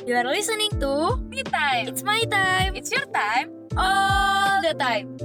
You are listening to Me Time. It's my time. It's your time. All the time.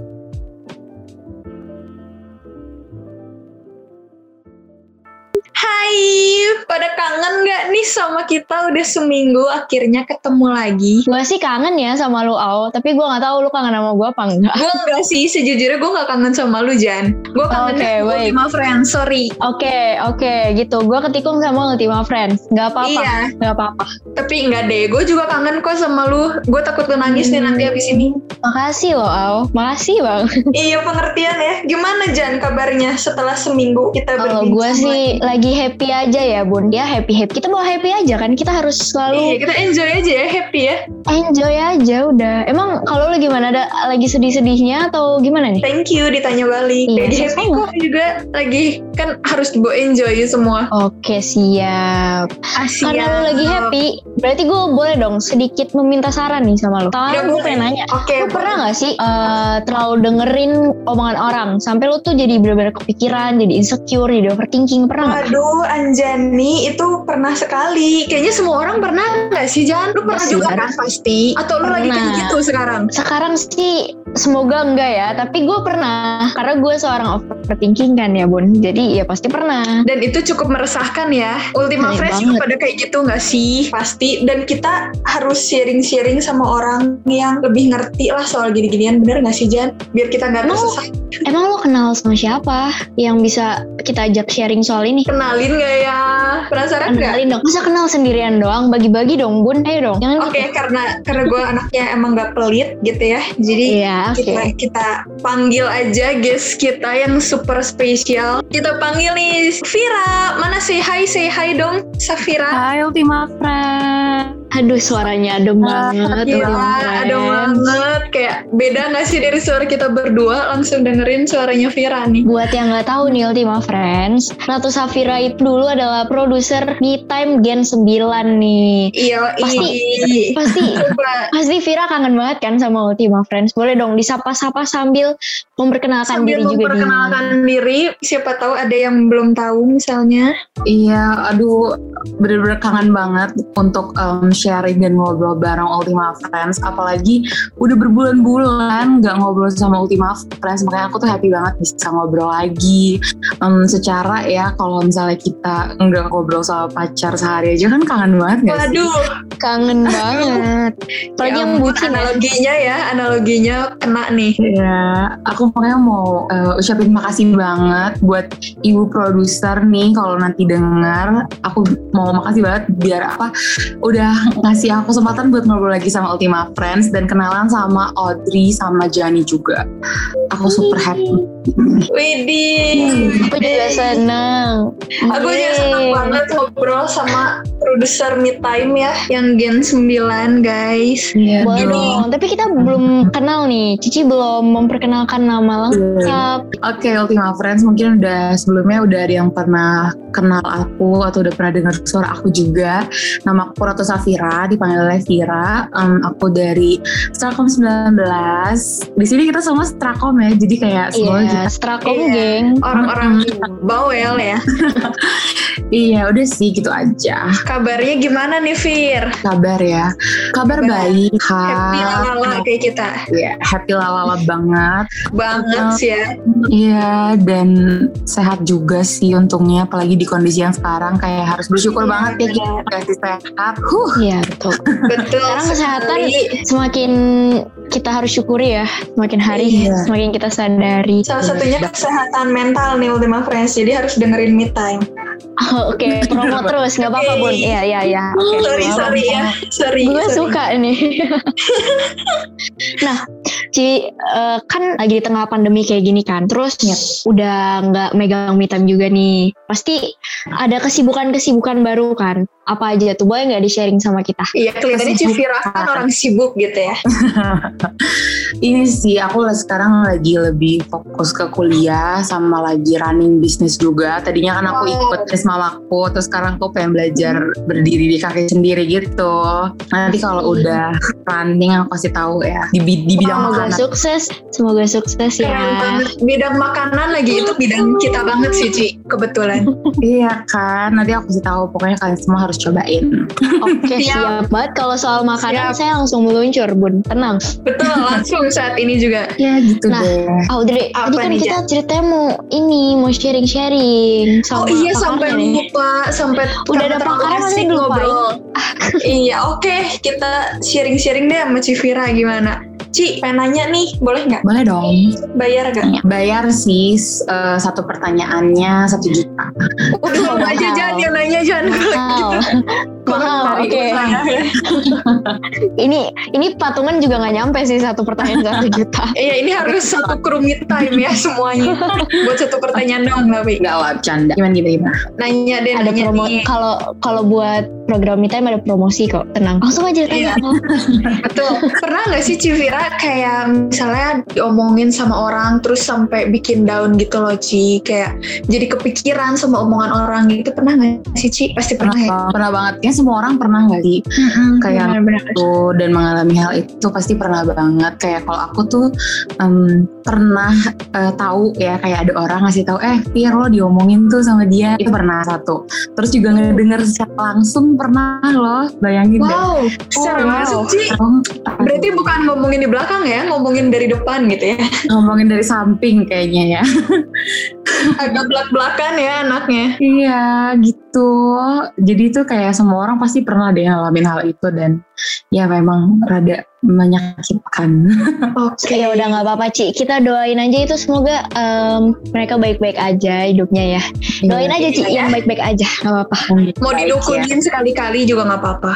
Hai, pada kangen gak nih sama kita? Udah seminggu akhirnya ketemu lagi. Gue sih kangen ya sama lu, Au. Tapi gue gak tahu lu kangen sama gue apa enggak. Gue enggak sih, sejujurnya gue gak kangen sama lu, Jan. Gue kangen sama Ultima Friends, sorry. Oke, gitu. Gue ketikung sama Ultima Friends. Gak apa-apa. Iya. Gak apa-apa. Tapi enggak deh, gue juga kangen kok sama lu. Gue takut lu nangis nih nanti abis ini. Makasih loh, Au. Makasih bang. Iya, pengertian ya. Gimana, Jan, kabarnya setelah seminggu kita berbincang? Kalau gue sih lagi happy aja ya, Bun. Ya happy. Kita mau happy aja kan. Kita harus selalu. Iya, kita enjoy aja ya, happy ya. Enjoy aja udah. Emang kalau lu gimana? Ada lagi sedih-sedihnya atau gimana nih? Thank you ditanya balik. Iya, Lagi happy kok juga. Lagi kan harus dibawa enjoy semua. Oke, siap. Asyik. Karena lu lagi happy, berarti gue boleh dong sedikit meminta saran nih sama lu. Soalnya gue pengen nanya, lu pernah gak sih terlalu dengerin omongan orang sampai lu tuh jadi benar-benar kepikiran, jadi insecure, jadi overthinking, pernah gak? Aduh, Anjani, itu pernah sekali. Kayaknya semua orang pernah gak sih, Jan? Lu pernah juga kan pasti? Atau lu lagi kayak gitu sekarang? Sekarang sih semoga enggak ya, tapi gue pernah. Karena gue seorang overthinking kan ya, Bun. Jadi ya pasti pernah. Dan itu cukup meresahkan ya. Ultima Friends juga pada kayak gitu gak sih? Pasti. Dan kita harus sharing-sharing sama orang yang lebih ngerti lah soal gini-ginian. Bener gak sih, Jan? Biar kita gak tersesat. Emang lo kenal sama siapa yang bisa kita ajak sharing soal ini? Kenalin gak ya? Penasaran gak? Kenalin dong. Masa kenal sendirian doang? Bagi-bagi dong, Bun. Ayo dong. Oke, karena gue anaknya emang gak pelit gitu ya. Jadi kita panggil aja guest kita yang super spesial. Kita panggil nih Vira. Mana say hi dong, Safira. Hai Ultima Friends. Aduh, suaranya adem banget. Gila, adem banget. Kayak beda gak sih dari suara kita berdua? Langsung dengerin suaranya Vira nih. Buat yang gak tahu nih Ultima Friends, Ratu Safira itu dulu adalah produser Me Time Gen 9 nih. Iya, pasti Vira kangen banget kan sama Ultima Friends. Boleh dong disapa-sapa sambil memperkenalkan diri juga. Memperkenalkan diri, siapa tahu ada yang belum tahu misalnya. Iya, aduh bener-bener kangen banget untuk sharing dan ngobrol bareng Ultima Friends. Apalagi udah berbulan-bulan gak ngobrol sama Ultima Friends, makanya aku tuh happy banget bisa ngobrol lagi. Secara ya kalau misalnya kita nggak ngobrol sama pacar sehari aja kan kangen banget gak sih? Waduh, kangen banget. Apalagi yang bucin analoginya kena nih. Ya, aku makanya mau ucapin makasih banget buat ibu produser nih kalau nanti dengar. Aku mau makasih banget biar udah ngasih aku kesempatan buat ngobrol lagi sama Ultima Friends dan kenalan sama Audrey sama Jani juga. Aku super happy. Widih, aku juga senang. Aku juga senang banget ngobrol sama produser Me Time ya, yang Gen 9 guys. Boleh dong, tapi kita belum kenal nih. Cici belum memperkenalkan nama lengkap. Oke, Ultima Friends, mungkin sebelumnya udah ada yang pernah kenal aku atau udah pernah dengar suara aku juga. Nama aku Ratu Safira, dipanggil oleh Vira. Aku dari Strakom 19. Di sini kita semua Strakom ya, jadi kayak semua Strakom geng. Orang-orang bawel ya. Iya, udah sih gitu aja. Kabarnya gimana nih, Vir? Kabar baik. Happy lalala kayak kita. Iya, happy lalala banget. Banget sih ya. Iya, dan sehat juga sih untungnya, apalagi di kondisi yang sekarang kayak harus bersyukur banget ya kita kasih sehat. Iya, betul. Sekarang kesehatan semakin kita harus syukuri ya, semakin hari semakin kita sadari. Salah satunya kesehatan mental nih Ultima Friends, jadi harus dengerin Me Time. Oke, promo terus, nggak apa-apa Bun. Iya. Sorry. Gue suka ini. Nah, Ci, kan lagi di tengah pandemi kayak gini kan, terus udah nggak megang Me Time juga nih. Pasti ada kesibukan baru kan. Apa aja tuh, boleh nggak di-sharing sama kita? Iya, kelihatannya Civira kan orang sibuk gitu ya. Ini sih, aku sekarang lagi lebih fokus ke kuliah sama lagi running bisnis juga. Tadinya kan aku ikut tes mamaku, terus sekarang aku pengen belajar berdiri di kaki sendiri gitu. Nanti kalau udah running aku kasih tahu ya di bidang makanan. Semoga sukses ya. Keren banget. Bidang makanan lagi itu bidang kita banget sih, Ci, kebetulan. Iya kan, nanti aku kasih tahu. Pokoknya kalian semua harus cobain. Oke, siap banget. Kalau soal makanan saya langsung meluncur, Bun. Tenang. Betul, langsung saat ini juga. Ya gitu deh. Audrey, tadi kan kita ceritanya mau sharing-sharing. Oh iya, sampai lupa, sampai udah ada pakarnya masih ngobrol. Iya, oke, kita sharing-sharing deh sama Civira gimana. Ci, pengen nanya nih, boleh nggak? Boleh dong. Bayar gak? Bayar sih, satu pertanyaannya 1 juta. Udah aja jangan yang nanya jangan kalau gitu. Mahal, oke. Ini patungan juga nggak nyampe sih 1 pertanyaan 1 juta. Iya, ini harus 1 crew meet time ya semuanya. Buat 1 pertanyaan doang tapi. Enggak lah, bercanda. Gimana? Nanya deh, ada nanya promo. nih. Kalau buat program meet time ada promosi kok. Tenang. Langsung aja tanya. Betul. Pernah nggak sih Civira kayak misalnya diomongin sama orang terus sampai bikin down gitu loh, Ci? Kayak jadi kepikiran sama omongan orang gitu. Pernah nggak sih, Ci? Pasti pernah ya. Pernah banget. Kayaknya semua orang pernah nggak sih? Kayak itu dan mengalami hal itu pasti pernah banget. Kayak kalau aku tuh pernah tahu ya, kayak ada orang ngasih tahu, Fir lo diomongin tuh sama dia. Itu pernah satu. Terus juga ngedenger secara langsung pernah loh. Bayangin deh. Wow, secara langsung, Ci. Berarti bukan ngomongin di belakang ya, ngomongin dari depan gitu ya. Ngomongin dari samping kayaknya ya. Agak belak-belakan ya anaknya. Iya gitu. Jadi tuh kayak semua orang pasti pernah deh ngalamin hal itu dan ya memang rada menyakitkan. Oke. Ya udah nggak apa-apa, Ci. Kita doain aja itu semoga mereka baik-baik aja hidupnya ya. Doain aja, Ci, yang baik-baik aja, nggak apa-apa. Mau didukunin sekali-kali juga nggak apa-apa.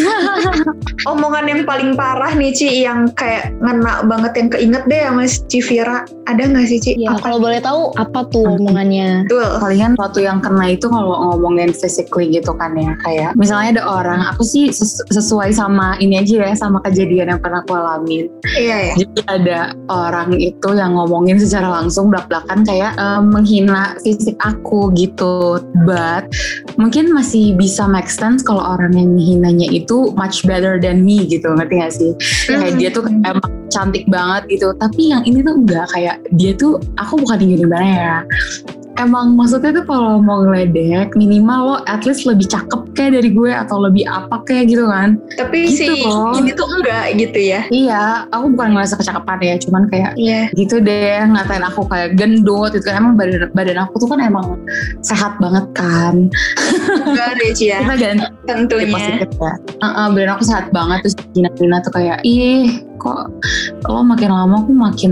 Omongan yang paling parah nih, Ci, yang kayak ngena banget yang keinget deh sama Civira. Ada nggak sih, Ci? Ya, kalau boleh tahu apa tuh omongannya? Betul. Kalian waktu yang kena itu kalau ngomongin physically gitu kan ya, kayak misalnya ada orang, aku sih sesuai sama ini aja ya, sama kejadian yang pernah aku alamin. Iya ya. Jadi ada orang itu yang ngomongin secara langsung belak-belakan kayak menghina fisik aku gitu. But mungkin masih bisa make sense kalau orang yang menghinanya itu much better than me gitu, ngerti gak sih? Kayak dia tuh emang cantik banget gitu. Tapi yang ini tuh enggak, kayak dia tuh, aku bukan gimana ya. Emang maksudnya tuh kalau mau ngeledek minimal lo at least lebih cakep kayak dari gue atau lebih apa kayak gitu kan. Tapi gitu si ini tuh enggak gitu ya. Iya, aku bukan ngerasa kecakapan ya, cuman kayak gitu deh, ngatain aku kayak gendut gitu kan. Emang badan aku tuh kan emang sehat banget kan. Enggak deh, Ci ya. Kita ganti tentunya. Ya. Badan aku sehat banget. Terus Gina tuh kayak, ih kok lo makin lama aku makin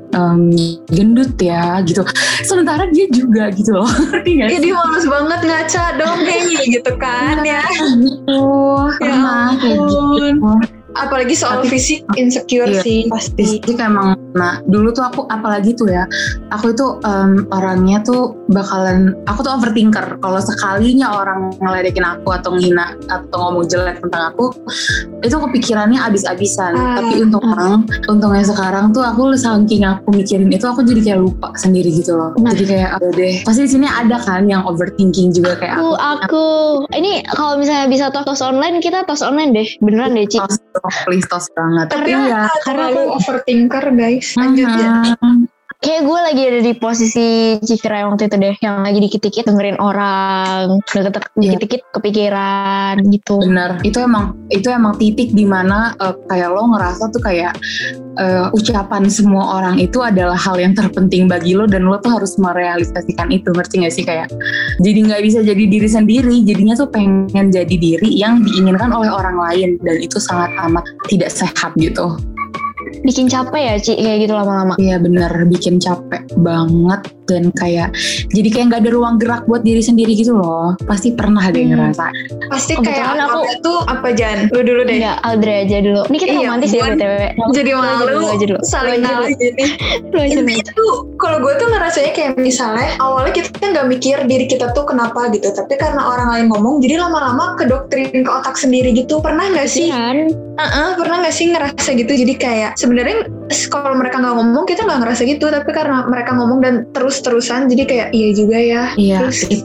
gendut ya gitu. Sementara dia juga gitu loh. Ngerti gak sih? Dia males banget ngaca dong kayaknya gitu kan ya. Gitu. Ya ampun. Apalagi soal fisik insecure sih pasti. Fisik emang. Nah dulu tuh aku apalagi tuh ya, aku itu orangnya tuh bakalan, aku tuh overthinker. Kalau sekalinya orang ngeledekin aku atau menghina atau ngomong jelek tentang aku, itu kepikirannya abis-abisan. Tapi untungnya sekarang tuh aku saking aku mikirin itu, aku jadi kayak lupa sendiri gitu loh. Jadi kayak deh, pasti di sini ada kan yang overthinking juga kayak aku. Ini kalau misalnya bisa tos online, kita tos online deh, beneran deh, Ci. Please tos banget. Karena aku overthinker guys. Lanjut ya. Kayak gue lagi ada di posisi Civira waktu itu deh, yang lagi dikit-dikit dengerin orang, dikit-dikit kepikiran gitu. Bener, itu emang titik dimana kayak lo ngerasa tuh kayak ucapan semua orang itu adalah hal yang terpenting bagi lo dan lo tuh harus merealisasikan itu, ngerti gak sih? Kayak jadi nggak bisa jadi diri sendiri, jadinya tuh pengen jadi diri yang diinginkan oleh orang lain, dan itu sangat amat tidak sehat gitu. Bikin capek ya, Ci, kayak gitu lama-lama. Iya bener, bikin capek banget. Dan kayak jadi kayak gak ada ruang gerak buat diri sendiri gitu loh. Pasti pernah deh ngerasa. Pasti kayak aku tuh apa Jan? Lu dulu deh. Enggak, Audrey aja dulu. Ini kita romantis ya BTW. Jadi malu saling ngalah jadi. Ini tuh kalau gue tuh ngerasanya kayak misalnya awalnya kita gak mikir diri kita tuh kenapa gitu, tapi karena orang lain ngomong jadi lama-lama kedoktrin ke otak sendiri gitu. Pernah gak sih? Pernah gak sih ngerasa gitu? Jadi kayak sebenarnya kalau mereka nggak ngomong kita nggak ngerasa gitu, tapi karena mereka ngomong dan terus-terusan jadi kayak iya juga ya. Iya, terus itu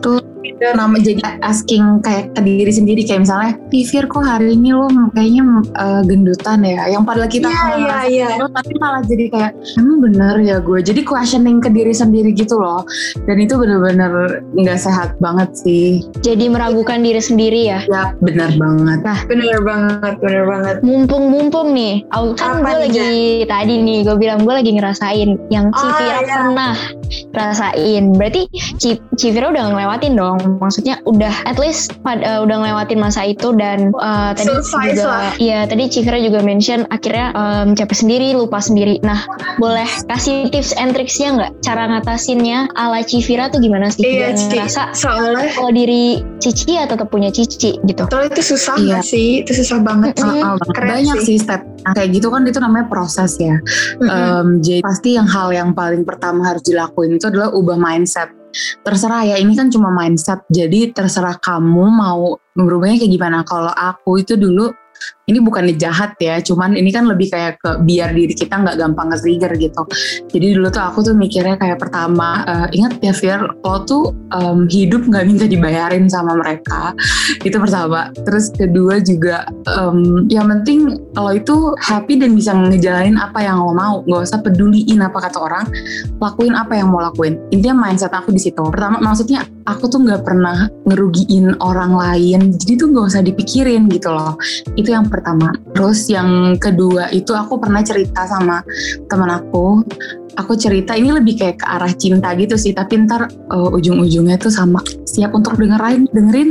nama jadi asking kayak ke diri sendiri, kayak misalnya Fir kok hari ini lo kayaknya gendutan ya, yang padahal kita tapi malah jadi kayak emang bener ya gue, jadi questioning ke diri sendiri gitu loh, dan itu bener-bener nggak sehat banget sih, jadi meragukan diri sendiri ya. Ya bener banget. Nah bener banget. Mumpung nih kan gue lagi tadi nih gue bilang gue lagi ngerasain yang Civira pernah rasain, berarti Civira udah ngelewatin dong, maksudnya udah at least udah ngelewatin masa itu, dan tadi juga tadi Civira juga mention akhirnya capek sendiri, lupa sendiri. Nah boleh kasih tips and tricksnya nggak cara ngatasinnya ala Civira tuh gimana sih? Ngerasa soalnya kalau diri Cici ya tetap punya Cici gitu. Soalnya itu susah nggak sih? Itu susah banget sih. Banyak sih step kayak gitu kan, itu namanya proses ya. Jadi pasti hal yang paling pertama harus dilakuin itu adalah ubah mindset. Terserah ya, ini kan cuma mindset, jadi terserah kamu mau berubahnya kayak gimana. Kalau aku itu dulu, ini bukannya jahat ya, cuman ini kan lebih kayak ke biar diri kita nggak gampang nge-trigger gitu. Jadi dulu tuh aku tuh mikirnya kayak pertama, ingat ya Fir, lo tuh hidup nggak minta dibayarin sama mereka, itu pertama. Terus kedua juga, yang penting lo itu happy dan bisa ngejalanin apa yang lo mau, nggak usah peduliin apa kata orang, lakuin apa yang mau lakuin. Intinya mindset aku di situ. Pertama, maksudnya aku tuh nggak pernah ngerugiin orang lain, jadi tuh nggak usah dipikirin gitu loh. Itu yang pertama. Terus yang kedua itu aku pernah cerita sama teman aku cerita ini lebih kayak ke arah cinta gitu sih, tapi ntar ujung-ujungnya tuh sama. Siap untuk dengerin?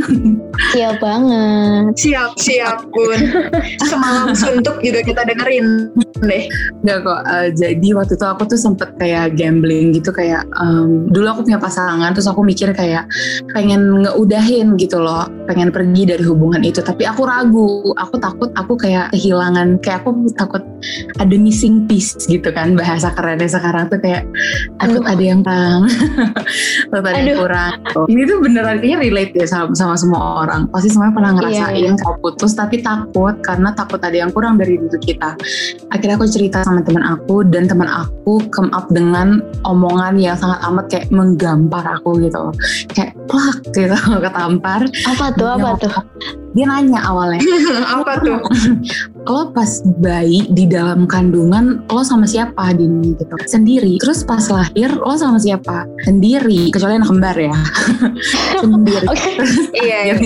Siap banget. Siap Bun. Semalam suntuk juga kita dengerin deh. Enggak kok, jadi waktu itu aku tuh sempet kayak gambling gitu, kayak dulu aku punya pasangan, terus aku mikir kayak pengen ngeudahin gitu loh, pengen pergi dari hubungan itu, tapi aku ragu, aku takut aku kayak kehilangan, kayak aku takut ada missing piece gitu kan, bahasa kerennya sekarang tuh kayak takut ada yang kurang. Takut ada yang kurang. Ini tuh beneran kayaknya relate ya sama semua orang, pasti semuanya pernah ngerasain kalau putus tapi takut, karena takut ada yang kurang dari diri kita. Akhirnya aku cerita sama teman aku, dan teman aku come up dengan omongan yang sangat amat kayak menggampar aku gitu, kayak plak gitu, ketampar. Apa tuh? Dia nanya awalnya, apa tuh? Lo pas bayi di dalam kandungan lo sama siapa Dini gitu? Sendiri. Terus pas lahir lo sama siapa? Sendiri. Kecuali anak kembar ya. Sendiri. Iya.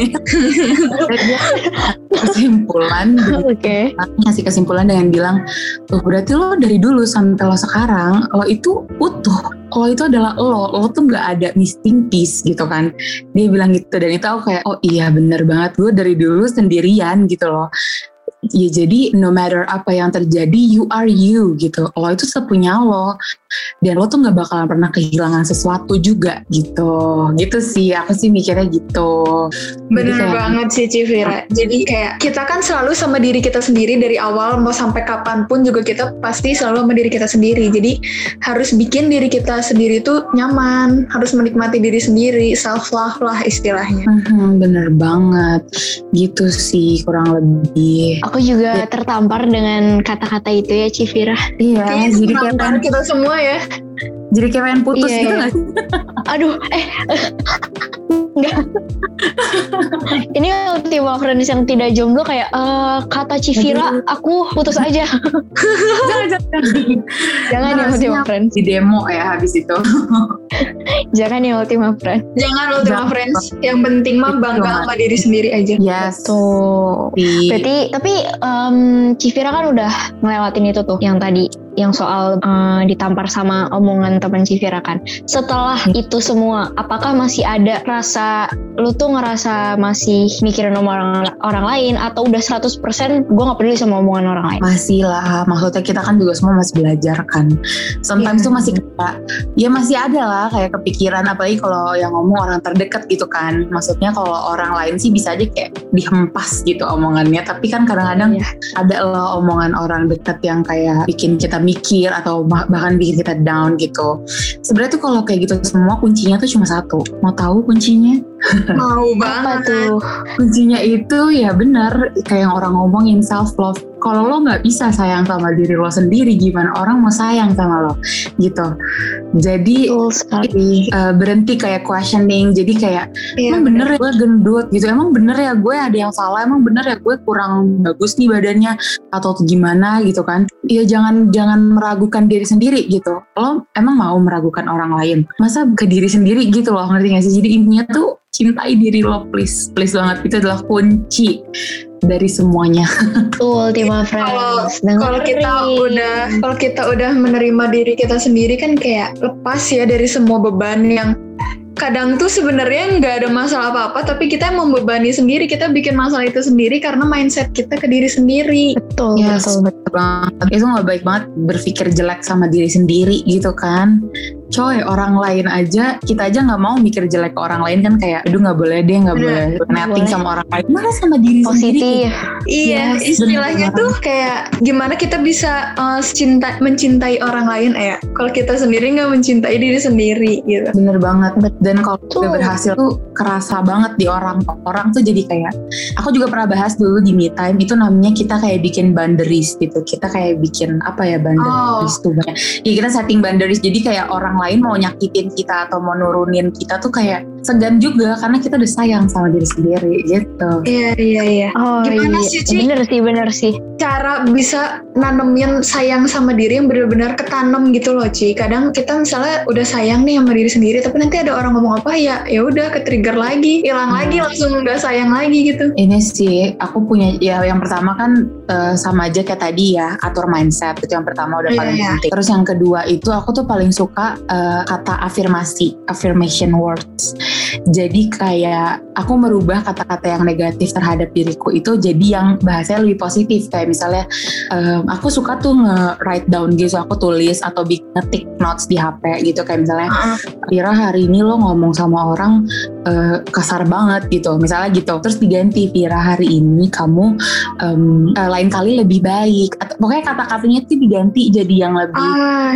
Kesimpulan. Ngasih kesimpulan dengan bilang, tuh berarti lo dari dulu sampai lo sekarang lo itu utuh. Lo itu adalah lo tuh gak ada missing piece gitu kan. Dia bilang gitu, dan itu aku kayak, oh iya bener banget, gue dari dulu sendirian gitu loh. Ya jadi no matter apa yang terjadi, you are you gitu. Lo itu sepunya lo, dan lo tuh gak bakalan pernah kehilangan sesuatu juga gitu. Gitu sih, aku sih mikirnya gitu. Bener banget sih Civira. Jadi kayak kita kan selalu sama diri kita sendiri dari awal, mau sampai kapanpun juga kita pasti selalu sama diri kita sendiri. Jadi harus bikin diri kita sendiri tuh nyaman, harus menikmati diri sendiri, self love lah istilahnya. Bener banget, gitu sih kurang lebih. Aku juga tertampar dengan kata-kata itu ya Civira. Iya, jadi kayak kita semua ya. Jadi kayak pengen putus gitu gak sih? Aduh, enggak. Ini Ultima Friends yang tidak jomblo kayak kata Civira, aku putus aja. Jangan ya Ultima Friends. Di demo ya habis itu. Jangan ya Ultima Friends. Jangan Ultima Friends. Yang penting mah bangga sama diri sendiri aja. Yes. Tuh. Berarti tapi Civira kan udah ngelewatin itu tuh yang tadi, yang soal ditampar sama omongan teman Civira kan. Setelah itu semua, apakah masih ada rasa lu tuh ngerasa masih mikirin orang lain, atau udah 100% gue gak peduli sama omongan orang lain? Masih lah, maksudnya kita kan juga semua masih belajar kan. Sometimes tuh masih kayak, ya masih ada lah kayak kepikiran, apalagi kalau yang ngomong orang terdekat gitu kan. Maksudnya kalau orang lain sih bisa aja kayak dihempas gitu omongannya, tapi kan kadang-kadang ada lah omongan orang dekat yang kayak bikin kita mikir atau bahkan bikin kita down gitu. Sebenarnya tuh kalau kayak gitu semua kuncinya tuh cuma satu. Mau tahu kuncinya? Mau banget. Apa tuh? Kuncinya itu ya benar kayak yang orang ngomongin self love. kalau lo nggak bisa sayang sama diri lo sendiri, gimana orang mau sayang sama lo gitu. Jadi berhenti kayak questioning. Jadi kayak emang bener ya gue gendut gitu, emang bener ya gue ada yang salah, emang bener ya gue kurang bagus nih badannya atau gimana gitu kan. Ya jangan meragukan diri sendiri gitu. Lo emang mau meragukan orang lain, masa ke diri sendiri gitu loh, ngerti gak sih? Jadi intinya tuh cintai diri lo, please banget. Itu adalah kunci dari semuanya. Ultima Friends. Kalau kita udah menerima diri kita sendiri kan kayak lepas ya dari semua beban yang kadang tuh sebenarnya nggak ada masalah apa-apa, tapi kita yang membebani sendiri, kita bikin masalah itu sendiri karena mindset kita ke diri sendiri. Betul, betul banget. Itu nggak baik banget berpikir jelek sama diri sendiri gitu kan. Coy, orang lain aja, kita aja nggak mau mikir jelek ke orang lain kan, kayak aduh nggak boleh deh, nggak boleh netting sama orang lain, malah sama diri sendiri. Iya, istilahnya tuh kayak gimana kita bisa mencintai orang lain ya, kalau kita sendiri nggak mencintai diri sendiri gitu. Bener banget. Dan kalau udah berhasil tuh kerasa banget di orang tuh jadi kayak, aku juga pernah bahas dulu di Me Time, itu namanya kita kayak bikin boundaries gitu. Kita kayak bikin apa ya, boundaries tuh ya, kita setting boundaries. Jadi kayak orang lain mau nyakitin kita atau mau nurunin kita tuh kayak segan juga, karena kita udah sayang sama diri sendiri gitu. Iya. Gimana sih, Ci? Bener sih. Cara bisa nanemin sayang sama diri yang benar-benar ketanam gitu loh, Ci. Kadang kita misalnya udah sayang nih sama diri sendiri, tapi nanti ada orang ngomong apa ya udah ke-trigger lagi, hilang lagi, langsung nggak sayang lagi gitu. Ini sih aku punya ya, yang pertama kan sama aja kayak tadi ya, atur mindset, itu yang pertama udah paling penting. Terus yang kedua itu aku tuh paling suka kata afirmasi, affirmation words. Jadi kayak aku merubah kata-kata yang negatif terhadap diriku itu jadi yang bahasanya lebih positif. Kayak misalnya aku suka tuh nge-write down gitu, aku tulis atau ngetik notes di HP gitu. Kayak misalnya Vira hari ini lo ngomong sama orang kasar banget gitu, misalnya gitu. Terus diganti, Vira hari ini kamu lain kali lebih baik. Atau pokoknya kata-katanya tuh diganti jadi yang lebih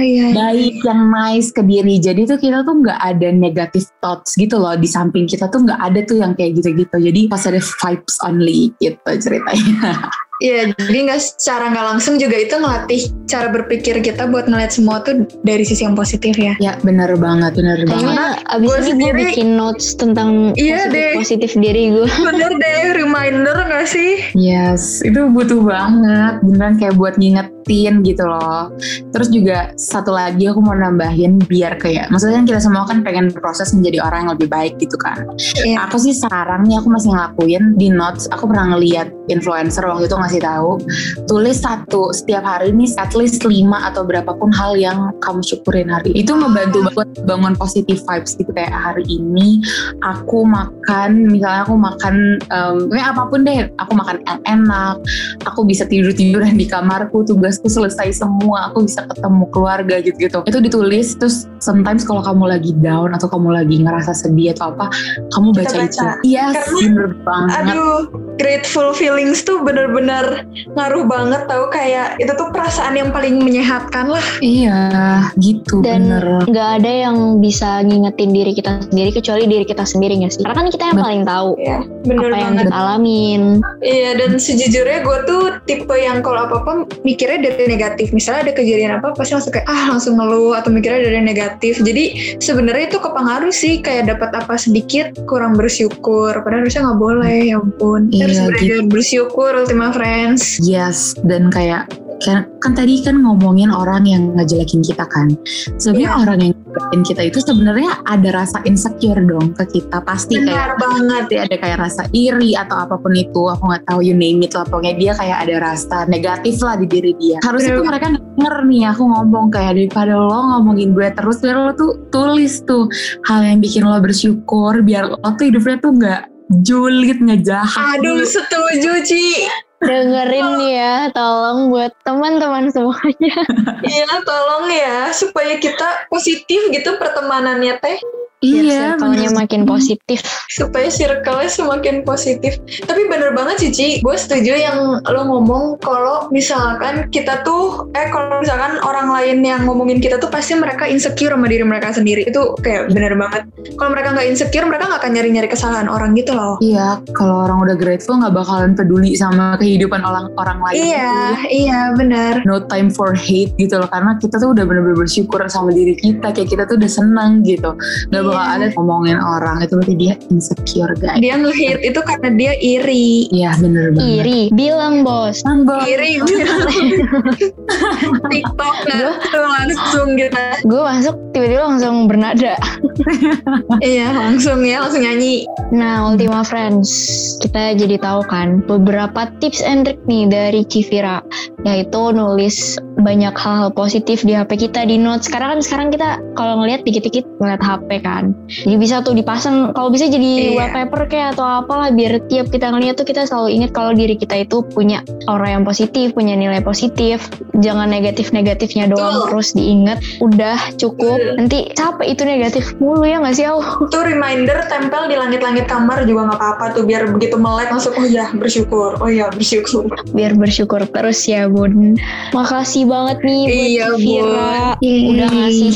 baik, yang nice ke diri. Jadi tuh kita tuh nggak ada negative thoughts gitu loh, di samping kita tuh nggak ada tuh yang kayak gitu-gitu. Jadi positive vibes only gitu ceritanya. Iya, jadi secara nggak langsung juga itu ngelatih cara berpikir kita buat ngeliat semua tuh dari sisi yang positif ya. Ya benar banget. Kayaknya abis ini gue bikin notes tentang positif diri gue. Bener deh, reminder nggak sih? Yes, itu butuh banget, beneran kayak buat ngingetin gitu loh. Terus juga satu lagi aku mau nambahin, biar kayak, maksudnya kan kita semua kan pengen berproses menjadi orang yang lebih baik gitu kan. Aku sih sekarang nih aku masih ngelakuin di notes. Aku pernah ngeliat influencer waktu itu ngasih tahu, tulis setiap hari ini at least 5 atau berapapun hal yang kamu syukurin hari itu, membantu buat bangun positive vibes gitu. Kayak hari ini aku makan, misalnya aku makan apapun deh, aku makan yang enak, aku bisa tiduran di kamarku, tugasku selesai semua, aku bisa ketemu keluarga gitu-gitu. Itu ditulis. Terus sometimes kalau kamu lagi down atau kamu lagi ngerasa sedih atau apa, kamu baca itu. Iya, bener banget. Aduh, grateful feelings tuh bener-bener ngaruh banget tau, kayak itu tuh perasaan yang paling menyehatkan lah. Iya gitu. Dan gak ada yang bisa ngingetin diri kita sendiri kecuali diri kita sendiri gak sih? Karena kan kita yang paling tahu apa yang kita alamin. Iya, dan sejujurnya gue tuh tipe yang kalau apa-apa mikirnya dari negatif. Misalnya ada kejadian apa pasti langsung kayak langsung ngeluh atau mikirnya dari negatif. Jadi sebenarnya itu kepengaruh sih, kayak dapat apa sedikit kurang bersyukur, padahal harusnya gak boleh. Ya ampun, harus belajar bersyukur, Ultima Friends. Yes, dan kayak kan tadi kan ngomongin orang yang ngejelekin kita kan. Sebenarnya orang yang ngejelekin kita itu sebenarnya ada rasa insecure dong ke kita, pasti. Benar kayak banget ya, ada kayak rasa iri atau apapun itu, aku nggak tahu, you name it lah, pokoknya dia kayak ada rasa negatif lah di diri dia. Harusnya tuh mereka denger nih aku ngomong, kayak daripada lo ngomongin gue terus, biar lo tuh tulis tuh hal yang bikin lo bersyukur, biar lo tuh hidupnya tuh nggak julid, nggak jahat. Aduh, setuju Ci. Dengerin nih ya, tolong buat teman-teman semuanya. Iya, tolong ya, supaya kita positif gitu pertemanannya teh. Iya, circle-nya makin positif. Supaya circle-nya semakin positif. Tapi bener banget sih Ci, gue setuju yang lo ngomong kalau misalkan kita tuh kalau misalkan orang lain yang ngomongin kita tuh pasti mereka insecure sama diri mereka sendiri. Itu kayak bener banget. Kalau mereka nggak insecure, mereka nggak akan nyari-nyari kesalahan orang gitu loh. Iya, kalau orang udah grateful nggak bakalan peduli sama kehidupan orang lain. Iya benar. No time for hate gitu loh, karena kita tuh udah bener-bener bersyukur sama diri kita, kayak kita tuh udah senang gitu. Nggak bakal ada ngomongin orang, itu berarti dia insecure guys. Dia nge-hate itu karena dia iri. Iya bener banget. Iri, bilang bos. Iri TikTok tuh langsung gitu. Gue masuk tiba-tiba langsung bernada. Iya langsung nyanyi. Nah Ultima Friends, kita jadi tahu kan beberapa tips and trick nih dari Civira, yaitu nulis banyak hal-hal positif di HP kita di notes. Sekarang kita kalau ngelihat dikit-dikit ngeliat HP kan, jadi bisa tuh dipasang, kalau bisa jadi wallpaper kayak atau apalah, biar tiap kita ngeliat tuh kita selalu ingat kalau diri kita itu punya aura yang positif, punya nilai positif. Jangan negatif-negatifnya doang terus diingat. Udah cukup, nanti capek itu negatif mulu ya nggak sih aku? Tuh reminder tempel di langit-langit kamar juga nggak apa-apa tuh, biar begitu melek langsung bersyukur. Biar bersyukur terus ya Bun. Makasih banget nih buat Civira udah ngasih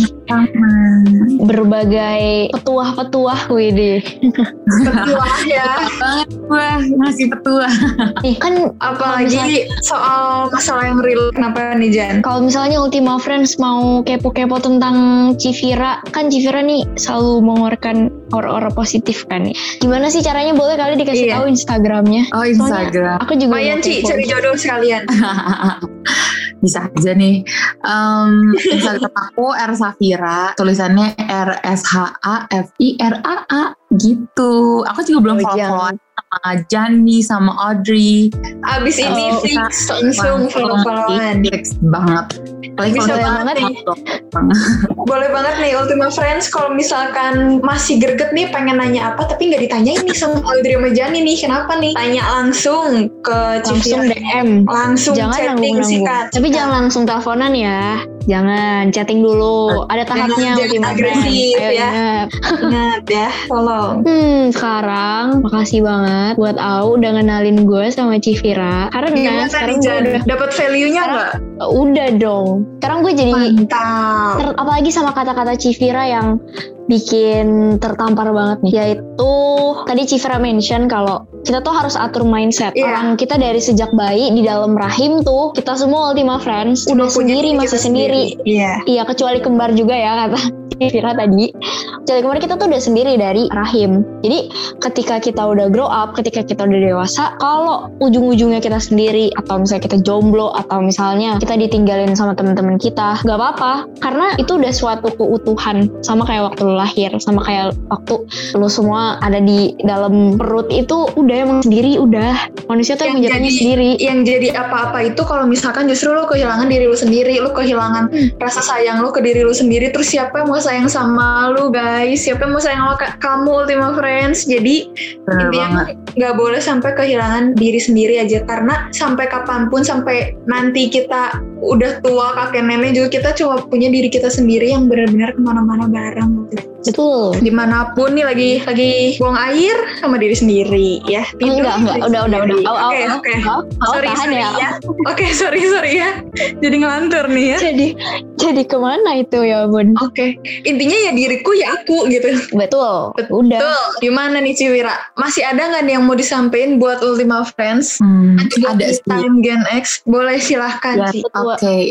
berbagai petuah Widih. Petuah ya. Banget gue ngasih petuah. Kan apalagi soal masalah yang real. Kenapa nih Jan? Kalau misalnya Ultima Friends mau kepo-kepo tentang Civira, kan Civira nih selalu mengeluarkan aura-aura positif kan. Gimana sih caranya? Boleh kali dikasih tahu Instagramnya? Oh Instagram. Soalnya aku juga Mayan Ci, cari jodoh sekalian. Bisa aja nih. Instagram aku Rsafira, tulisannya RSHAFIRAA gitu. Aku juga belum follow sama Jani sama Audrey. Abis ini fix langsung follow-followan. Fix banget. Bisa banget nih. Boleh banget nih Ultima Friends kalau misalkan masih greget nih pengen nanya apa tapi nggak ditanyain nih sama Audrey sama Jani nih, kenapa nih? Tanya langsung ke langsung DM, langsung jangan chatting sikat. Tapi jangan langsung teleponan ya. Jangan, chatting dulu. Ada tahapnya Ultima Friends. Ayo ya. Ingat ya, tolong. Sekarang makasih banget buat Au udah ngenalin gue sama Civira. Karena sekarang gue udah dapat value-nya nggak? Udah dong. Sekarang gue jadi mantap. Apalagi sama kata-kata Civira yang bikin tertampar banget nih, yaitu tadi Civira mention kalau kita tuh harus atur mindset. Orang kita dari sejak bayi di dalam rahim tuh, kita semua Ultima Friends udah sendiri, masih sendiri. Iya, kecuali kembar juga ya kata Civira tadi. Kecuali kembar kita tuh udah sendiri dari rahim. Jadi ketika kita udah grow up, ketika kita udah dewasa, kalau ujung-ujungnya kita sendiri atau misalnya kita jomblo atau misalnya kita ditinggalin sama teman-teman kita, gak apa-apa, karena itu udah suatu keutuhan. Sama kayak waktu lu lahir, sama kayak waktu lu semua ada di dalam perut itu udah emang sendiri, udah manusia tuh yang jadinya sendiri. Yang jadi apa-apa itu kalau misalkan justru lu kehilangan diri lu sendiri, lu kehilangan rasa sayang lu ke diri lu sendiri, terus siapa yang mau sayang sama lu guys, siapa yang mau sayang sama kamu Ultima Friends. Jadi intinya nggak boleh sampai kehilangan diri sendiri aja, karena sampai kapanpun, sampai nanti kita udah tua kakek nenek juga, kita cuma punya diri kita sendiri yang benar-benar kemana-mana bareng. Betul. Dimanapun nih lagi buang air sama diri sendiri ya. Enggak. Udah. Oke. Sorry ya. Oke, sorry ya. Jadi ngelantur nih ya. Jadi kemana itu ya Bun? Oke. Intinya ya diriku ya aku gitu. Betul. Udah. Gimana nih Civira? Masih ada nggak nih yang mau disampaikan buat Ultima Friends? Ada Time Gen X. Boleh silahkan sih. Oke.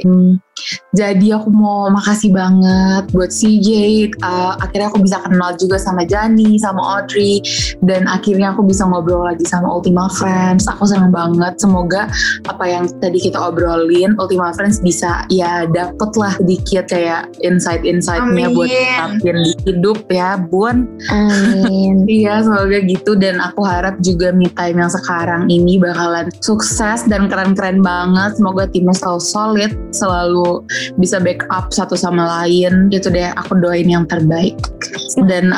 Jadi aku mau makasih banget buat CJ. Akhirnya aku bisa kenal juga sama Jani, sama Audrey, dan akhirnya aku bisa ngobrol lagi sama Ultima Friends. Aku senang banget. Semoga apa yang tadi kita obrolin, Ultima Friends bisa ya dapet lah sedikit kayak insight-insightnya buat terapin di hidup ya Bun. Amin. Iya, semoga gitu. Dan aku harap juga Me Time yang sekarang ini bakalan sukses dan keren-keren banget. Semoga timnya selalu solid solid, selalu bisa backup satu sama lain gitu deh. Aku doain yang terbaik. Dan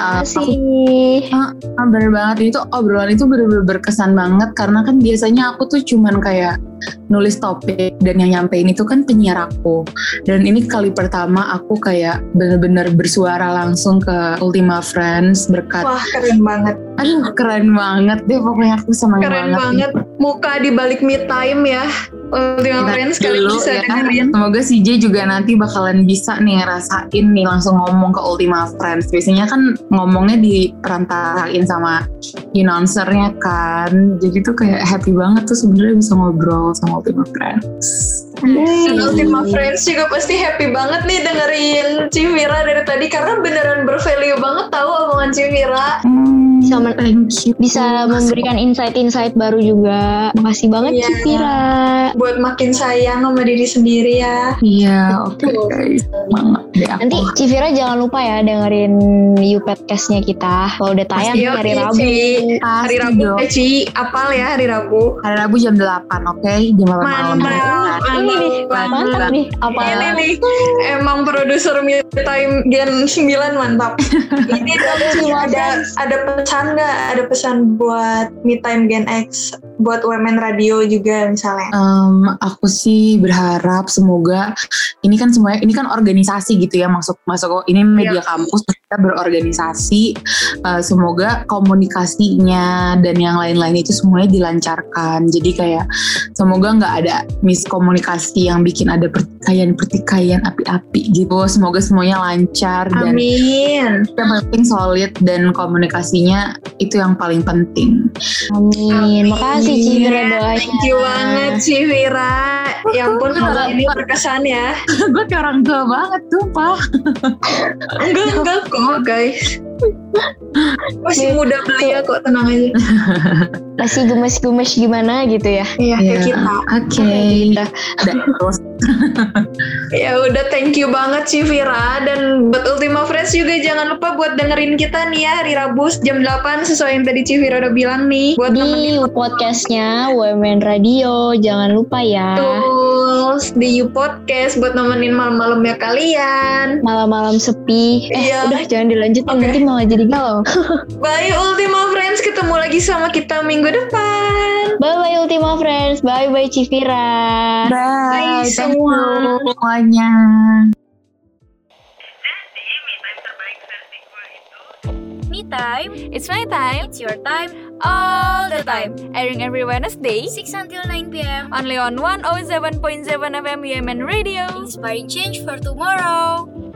bener banget, itu obrolan itu bener-bener berkesan banget karena kan biasanya aku tuh cuman kayak nulis topik dan yang nyampein itu kan penyiar aku, dan ini kali pertama aku kayak bener-bener bersuara langsung ke Ultima Friends berkat. Wah, keren banget. Aduh, keren banget deh pokoknya, aku senang banget. Keren banget. Muka di balik Me Time ya Ultima Friends kalian bisa dengerin. Semoga si J juga nanti bakalan bisa nih ngerasain nih langsung ngomong ke Ultima Friends. Biasanya kan ngomongnya diperantarain sama announcernya kan, jadi tuh kayak happy banget tuh sebenarnya bisa ngobrol sama Ultima Friends. Dan Ultima Friends juga pasti happy banget nih dengerin Civira dari tadi karena beneran bervalue banget tahu omongan Civira. Bisa memberikan insight-insight baru juga. Makasih banget Civira. Buat makin sayang sama diri sendiri ya. Iya, oke guys. Semangat deh aku. Nanti Civira jangan lupa ya dengerin You Podcast-nya kita. Kalau udah tayang hari Rabu. Hari Rabu Ci, apal ya hari Rabu. Hari Rabu jam 8, oke? Jam 8 malam. Mantap nih. Apa ini nih emang produser Me Time Gen 9 mantap. Ini dong ada pesan nggak? Ada pesan buat Me Time Gen X, buat Women Radio juga misalnya? Aku sih berharap semoga ini kan semuanya, ini kan organisasi gitu ya, masuk ini media kampus, kita berorganisasi. Semoga komunikasinya dan yang lain-lain itu semuanya dilancarkan. Jadi kayak semoga nggak ada miskomunikasi yang bikin ada pertikaian api-api gitu. Semoga semuanya lancar dan amin. Yang penting solid dan komunikasinya itu yang paling penting. Amin. Makasih Civira doanya. Thank you banget Civira. Ya ampun, hal ini berkesan ya. Gue kayak orang tua banget tuh, Pak. Enggak kok guys. Masih muda belia kok, tenang aja. Masih gemes-gemes gimana gitu ya. Iya, kayak kita. Oke. Terus. Ya udah, thank you banget Civira. Dan buat Ultima Friends juga jangan lupa buat dengerin kita nih ya hari Rabu jam 8 sesuai yang tadi Civira udah bilang nih. Buat di podcastnya Women Radio, jangan lupa ya. Terus di You Podcast buat nemenin malam-malamnya kalian. Malam-malam sepi. Udah jangan dilanjutin, nanti malah jadi galau. Bye Ultima Friends, ketemu lagi sama kita minggu depan. Bye Ultima Friends, bye Bye. Bye semuanya. Me Time, it's my time, it's your time, all the time. Airing every Wednesday, 6 until 9 p.m. Only on 107.7 FM UMN Radio. Inspiring change for tomorrow.